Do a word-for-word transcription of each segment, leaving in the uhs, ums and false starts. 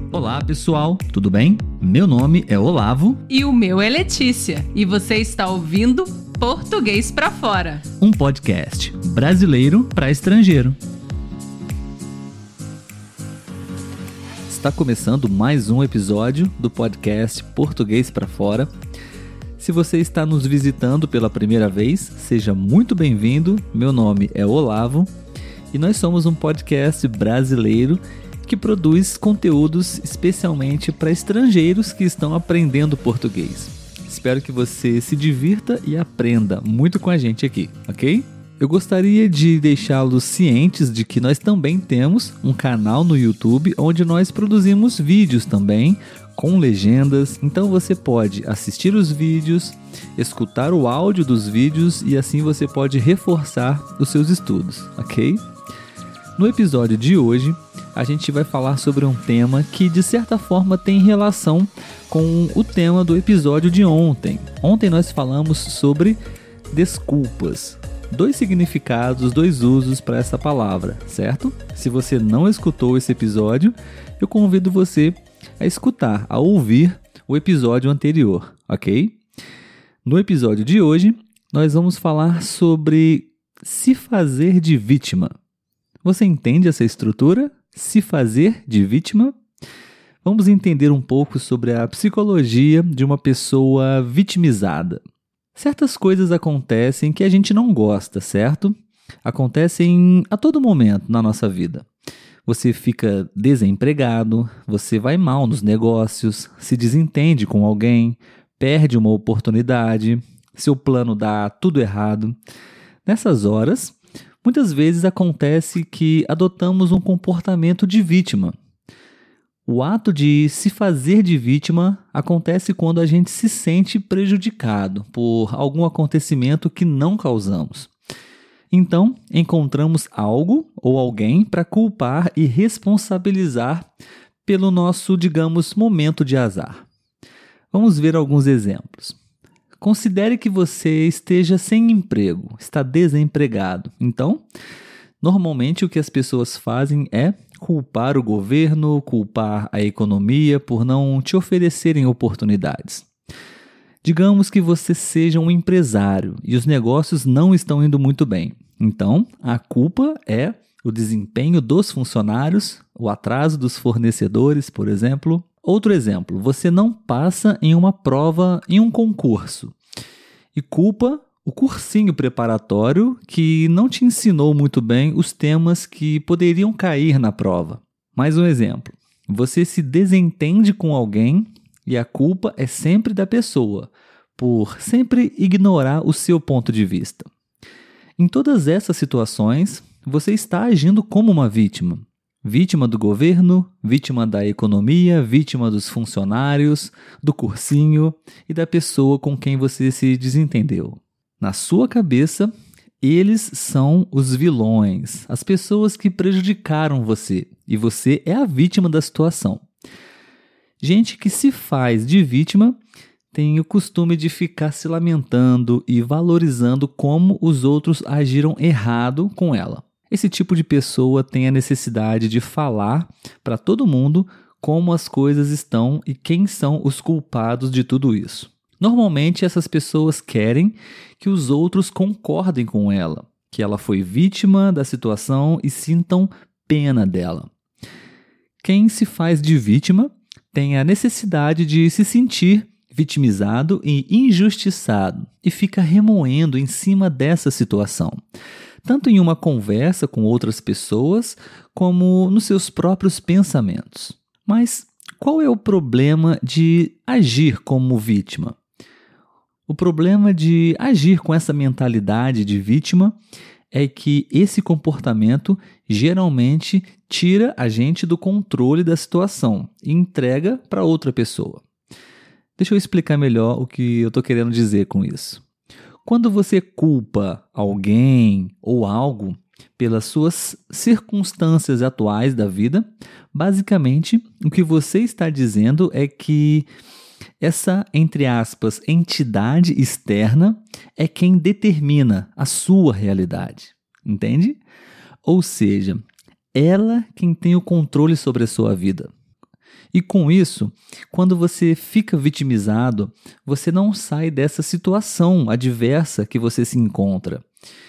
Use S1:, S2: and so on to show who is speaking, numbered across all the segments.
S1: Olá pessoal, tudo bem? Meu nome é Olavo.
S2: E o meu é Letícia. E você está ouvindo Português pra Fora,
S1: um podcast brasileiro para estrangeiro. Está começando mais um episódio do podcast Português pra Fora. Se você está nos visitando pela primeira vez, seja muito bem-vindo. Meu nome é Olavo e nós somos um podcast brasileiro que produz conteúdos especialmente para estrangeiros que estão aprendendo português. Espero que você se divirta e aprenda muito com a gente aqui, ok? Eu gostaria de deixá-los cientes de que nós também temos um canal no YouTube onde nós produzimos vídeos também com legendas. Então você pode assistir os vídeos, escutar o áudio dos vídeos e assim você pode reforçar os seus estudos, ok? No episódio de hoje, a gente vai falar sobre um tema que, de certa forma, tem relação com o tema do episódio de ontem. Ontem nós falamos sobre desculpas. Dois significados, dois usos para essa palavra, certo? Se você não escutou esse episódio, eu convido você a escutar, a ouvir o episódio anterior, ok? No episódio de hoje, nós vamos falar sobre se fazer de vítima. Você entende essa estrutura? Se fazer de vítima? Vamos entender um pouco sobre a psicologia de uma pessoa vitimizada. Certas coisas acontecem que a gente não gosta, certo? Acontecem a todo momento na nossa vida. Você fica desempregado, você vai mal nos negócios, se desentende com alguém, perde uma oportunidade, seu plano dá tudo errado. Nessas horas, muitas vezes acontece que adotamos um comportamento de vítima. O ato de se fazer de vítima acontece quando a gente se sente prejudicado por algum acontecimento que não causamos. Então, encontramos algo ou alguém para culpar e responsabilizar pelo nosso, digamos, momento de azar. Vamos ver alguns exemplos. Considere que você esteja sem emprego, está desempregado. Então, normalmente o que as pessoas fazem é culpar o governo, culpar a economia por não te oferecerem oportunidades. Digamos que você seja um empresário e os negócios não estão indo muito bem. Então, a culpa é o desempenho dos funcionários, o atraso dos fornecedores, por exemplo. Outro exemplo, você não passa em uma prova, em um concurso, e culpa o cursinho preparatório que não te ensinou muito bem os temas que poderiam cair na prova. Mais um exemplo, você se desentende com alguém e a culpa é sempre da pessoa, por sempre ignorar o seu ponto de vista. Em todas essas situações, você está agindo como uma vítima. Vítima do governo, vítima da economia, vítima dos funcionários, do cursinho e da pessoa com quem você se desentendeu. Na sua cabeça, eles são os vilões, as pessoas que prejudicaram você, e você é a vítima da situação. Gente que se faz de vítima tem o costume de ficar se lamentando e valorizando como os outros agiram errado com ela. Esse tipo de pessoa tem a necessidade de falar para todo mundo como as coisas estão e quem são os culpados de tudo isso. Normalmente, essas pessoas querem que os outros concordem com ela, que ela foi vítima da situação e sintam pena dela. Quem se faz de vítima tem a necessidade de se sentir vitimizado e injustiçado e fica remoendo em cima dessa situação, tanto em uma conversa com outras pessoas, como nos seus próprios pensamentos. Mas qual é o problema de agir como vítima? O problema de agir com essa mentalidade de vítima é que esse comportamento geralmente tira a gente do controle da situação e entrega para outra pessoa. Deixa eu explicar melhor o que eu estou querendo dizer com isso. Quando você culpa alguém ou algo pelas suas circunstâncias atuais da vida, basicamente o que você está dizendo é que essa, entre aspas, entidade externa é quem determina a sua realidade, entende? Ou seja, ela quem tem o controle sobre a sua vida. E com isso, quando você fica vitimizado, você não sai dessa situação adversa que você se encontra.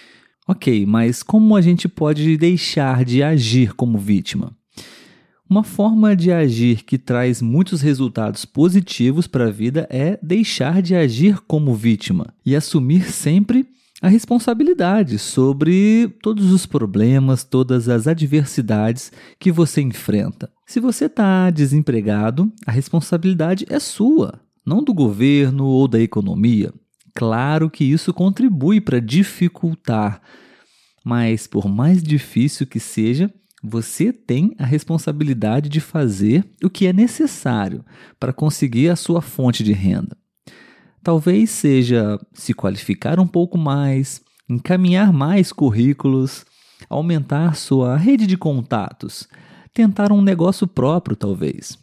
S1: Ok, mas como a gente pode deixar de agir como vítima? Uma forma de agir que traz muitos resultados positivos para a vida é deixar de agir como vítima e assumir sempre a responsabilidade sobre todos os problemas, todas as adversidades que você enfrenta. Se você está desempregado, a responsabilidade é sua, não do governo ou da economia. Claro que isso contribui para dificultar, mas por mais difícil que seja, você tem a responsabilidade de fazer o que é necessário para conseguir a sua fonte de renda. Talvez seja se qualificar um pouco mais, encaminhar mais currículos, aumentar sua rede de contatos, tentar um negócio próprio, talvez.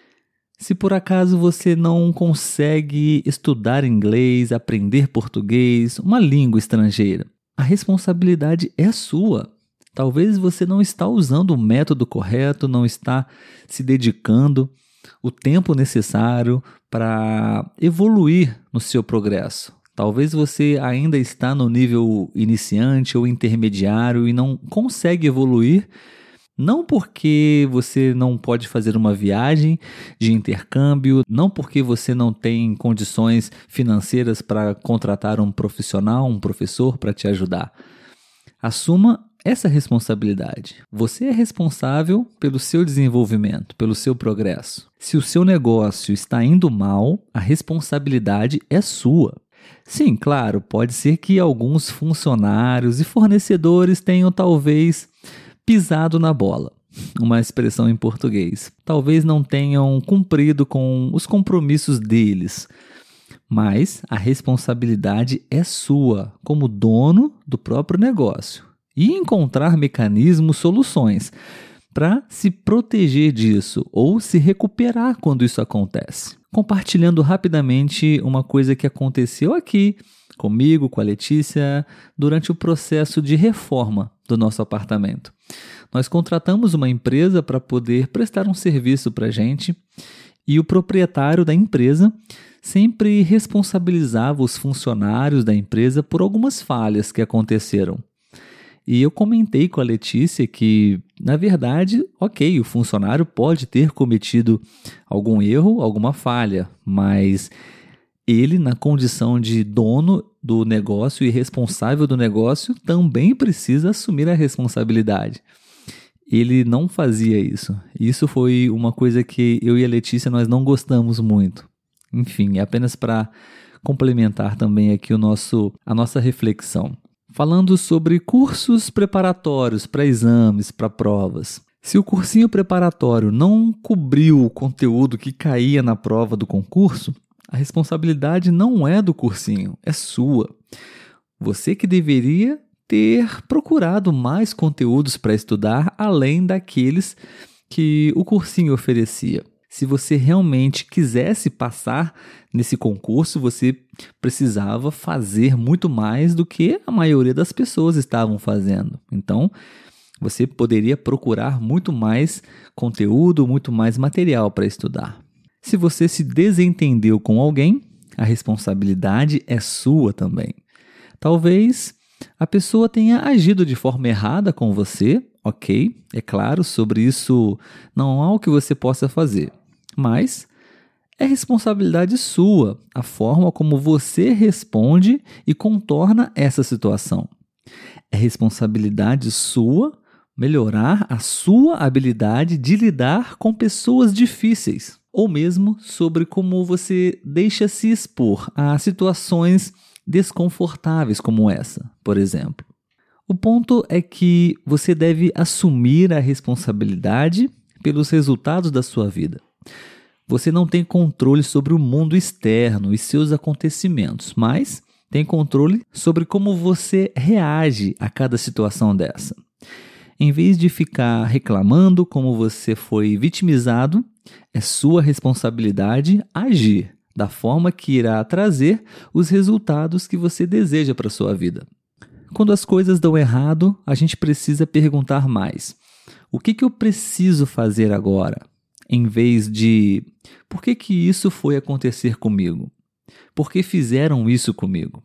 S1: Se por acaso você não consegue estudar inglês, aprender português, uma língua estrangeira, a responsabilidade é sua. Talvez você não está usando o método correto, não está se dedicando o tempo necessário para evoluir no seu progresso. Talvez você ainda está no nível iniciante ou intermediário e não consegue evoluir, não porque você não pode fazer uma viagem de intercâmbio, não porque você não tem condições financeiras para contratar um profissional, um professor para te ajudar. Assuma essa responsabilidade. Você é responsável pelo seu desenvolvimento, pelo seu progresso. Se o seu negócio está indo mal, a responsabilidade é sua. Sim, claro, pode ser que alguns funcionários e fornecedores tenham talvez pisado na bola, uma expressão em português. Talvez não tenham cumprido com os compromissos deles, mas a responsabilidade é sua, como dono do próprio negócio. E encontrar mecanismos, soluções para se proteger disso ou se recuperar quando isso acontece. Compartilhando rapidamente uma coisa que aconteceu aqui comigo, com a Letícia, durante o processo de reforma do nosso apartamento. Nós contratamos uma empresa para poder prestar um serviço para a gente e o proprietário da empresa sempre responsabilizava os funcionários da empresa por algumas falhas que aconteceram. E eu comentei com a Letícia que, na verdade, ok, o funcionário pode ter cometido algum erro, alguma falha, mas ele, na condição de dono do negócio e responsável do negócio, também precisa assumir a responsabilidade. Ele não fazia isso. Isso foi uma coisa que eu e a Letícia nós não gostamos muito. Enfim, é apenas para complementar também aqui o nosso, a nossa reflexão. Falando sobre cursos preparatórios para exames, para provas. Se o cursinho preparatório não cobriu o conteúdo que caía na prova do concurso, a responsabilidade não é do cursinho, é sua. Você que deveria ter procurado mais conteúdos para estudar além daqueles que o cursinho oferecia. Se você realmente quisesse passar nesse concurso, você precisava fazer muito mais do que a maioria das pessoas estavam fazendo. Então, você poderia procurar muito mais conteúdo, muito mais material para estudar. Se você se desentendeu com alguém, a responsabilidade é sua também. Talvez a pessoa tenha agido de forma errada com você, ok, é claro, sobre isso não há o que você possa fazer. Mas é responsabilidade sua a forma como você responde e contorna essa situação. É responsabilidade sua melhorar a sua habilidade de lidar com pessoas difíceis, ou mesmo sobre como você deixa se expor a situações desconfortáveis como essa, por exemplo. O ponto é que você deve assumir a responsabilidade pelos resultados da sua vida. Você não tem controle sobre o mundo externo e seus acontecimentos, mas tem controle sobre como você reage a cada situação dessa. Em vez de ficar reclamando como você foi vitimizado, é sua responsabilidade agir da forma que irá trazer os resultados que você deseja para a sua vida. Quando as coisas dão errado, a gente precisa perguntar mais. O que que eu preciso fazer agora? em vez de por que que isso foi acontecer comigo? Por que fizeram isso comigo?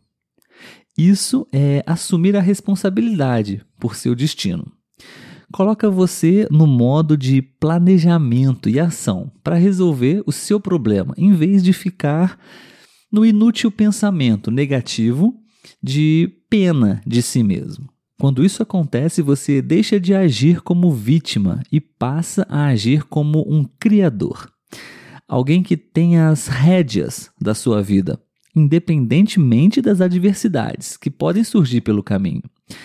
S1: Isso é assumir a responsabilidade por seu destino. Coloca você no modo de planejamento e ação para resolver o seu problema, em vez de ficar no inútil pensamento negativo de pena de si mesmo. Quando isso acontece, você deixa de agir como vítima e passa a agir como um criador. Alguém que tem as rédeas da sua vida, independentemente das adversidades que podem surgir pelo caminho.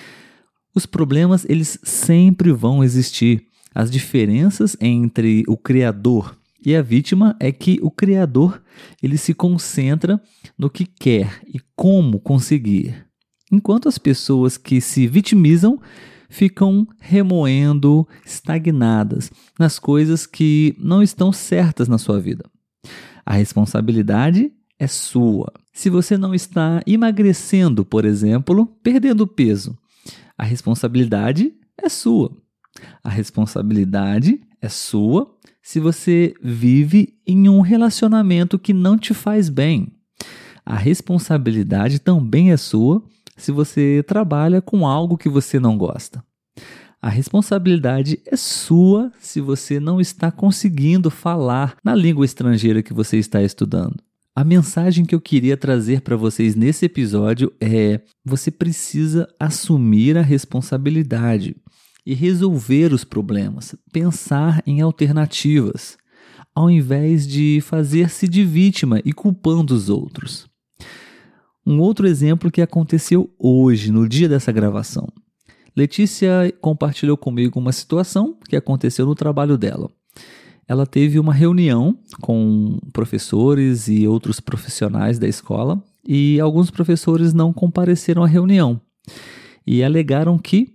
S1: Os problemas, eles sempre vão existir. As diferenças entre o criador e a vítima é que o criador, ele se concentra no que quer e como conseguir, enquanto as pessoas que se vitimizam ficam remoendo, estagnadas nas coisas que não estão certas na sua vida. A responsabilidade é sua. Se você não está emagrecendo, por exemplo, perdendo peso, a responsabilidade é sua. A responsabilidade é sua se você vive em um relacionamento que não te faz bem. A responsabilidade também é sua se você trabalha com algo que você não gosta. A responsabilidade é sua se você não está conseguindo falar na língua estrangeira que você está estudando. A mensagem que eu queria trazer para vocês nesse episódio é: você precisa assumir a responsabilidade e resolver os problemas, pensar em alternativas, ao invés de fazer-se de vítima e culpando os outros. Um outro exemplo que aconteceu hoje, no dia dessa gravação. Letícia compartilhou comigo uma situação que aconteceu no trabalho dela. Ela teve uma reunião com professores e outros profissionais da escola e alguns professores não compareceram à reunião e alegaram que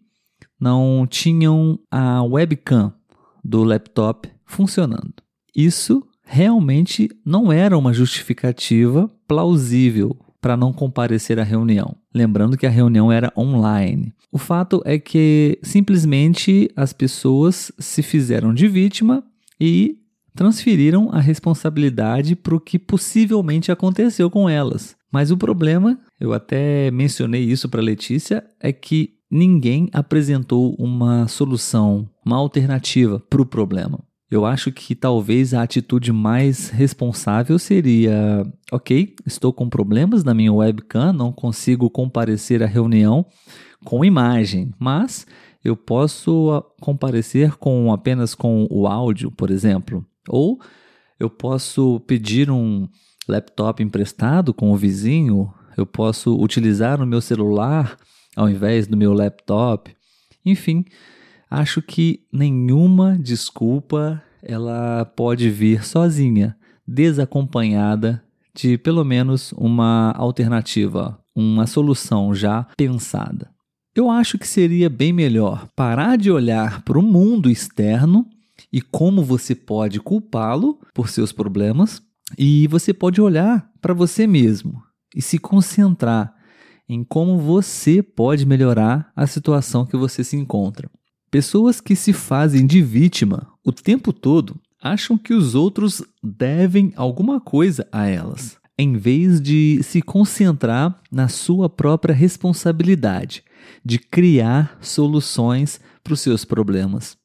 S1: não tinham a webcam do laptop funcionando. Isso realmente não era uma justificativa plausível para não comparecer à reunião. Lembrando que a reunião era online. O fato é que simplesmente as pessoas se fizeram de vítima e transferiram a responsabilidade para o que possivelmente aconteceu com elas. Mas o problema, eu até mencionei isso para a Letícia, é que ninguém apresentou uma solução, uma alternativa para o problema. Eu acho que talvez a atitude mais responsável seria: ok, estou com problemas na minha webcam, não consigo comparecer à reunião com imagem, mas eu posso comparecer com apenas com o áudio, por exemplo. Ou eu posso pedir um laptop emprestado com o vizinho, eu posso utilizar o meu celular ao invés do meu laptop. Enfim, acho que nenhuma desculpa ela pode vir sozinha, desacompanhada de pelo menos uma alternativa, uma solução já pensada. Eu acho que seria bem melhor parar de olhar para o mundo externo e como você pode culpá-lo por seus problemas, e você pode olhar para você mesmo e se concentrar em como você pode melhorar a situação que você se encontra. Pessoas que se fazem de vítima o tempo todo acham que os outros devem alguma coisa a elas, em vez de se concentrar na sua própria responsabilidade de criar soluções para os seus problemas.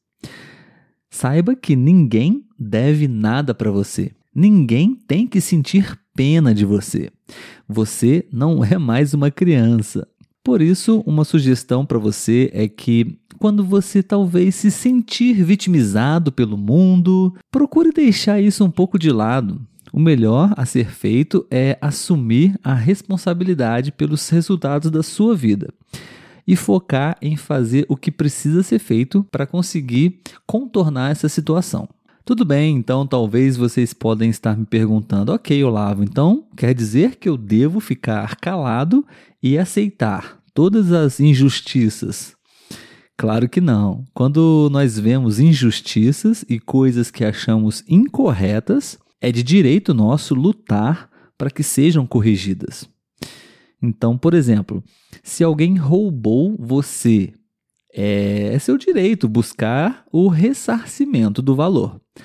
S1: Saiba que ninguém deve nada para você. Ninguém tem que sentir pena de você. Você não é mais uma criança. Por isso, uma sugestão para você é que, quando você talvez se sentir vitimizado pelo mundo, procure deixar isso um pouco de lado. O melhor a ser feito é assumir a responsabilidade pelos resultados da sua vida e focar em fazer o que precisa ser feito para conseguir contornar essa situação. Tudo bem, então talvez vocês podem estar me perguntando: ok, Olavo, então quer dizer que eu devo ficar calado e aceitar todas as injustiças? Claro que não. Quando nós vemos injustiças e coisas que achamos incorretas, é de direito nosso lutar para que sejam corrigidas. Então, por exemplo, se alguém roubou você, é seu direito buscar o ressarcimento do valor.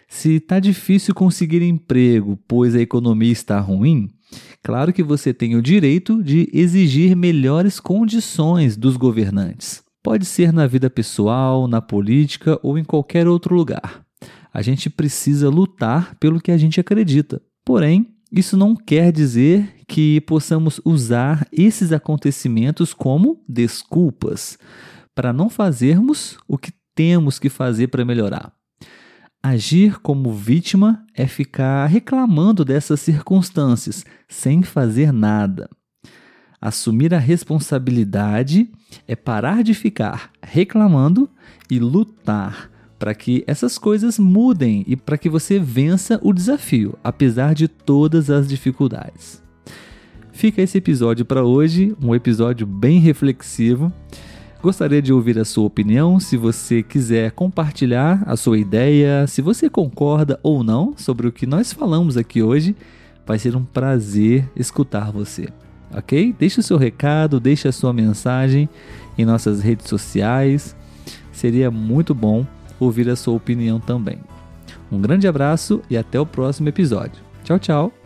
S1: Se está difícil conseguir emprego, pois a economia está ruim, claro que você tem o direito de exigir melhores condições dos governantes. Pode ser na vida pessoal, na política ou em qualquer outro lugar. A gente precisa lutar pelo que a gente acredita. Porém, isso não quer dizer que possamos usar esses acontecimentos como desculpas para não fazermos o que temos que fazer para melhorar. Agir como vítima é ficar reclamando dessas circunstâncias sem fazer nada. Assumir a responsabilidade é parar de ficar reclamando e lutar para que essas coisas mudem e para que você vença o desafio, apesar de todas as dificuldades. Fica esse episódio para hoje, um episódio bem reflexivo. Gostaria de ouvir a sua opinião, se você quiser compartilhar a sua ideia, se você concorda ou não sobre o que nós falamos aqui hoje, vai ser um prazer escutar você. Ok? Deixe o seu recado, deixe a sua mensagem em nossas redes sociais. Seria muito bom ouvir a sua opinião também. Um grande abraço e até o próximo episódio. Tchau, tchau!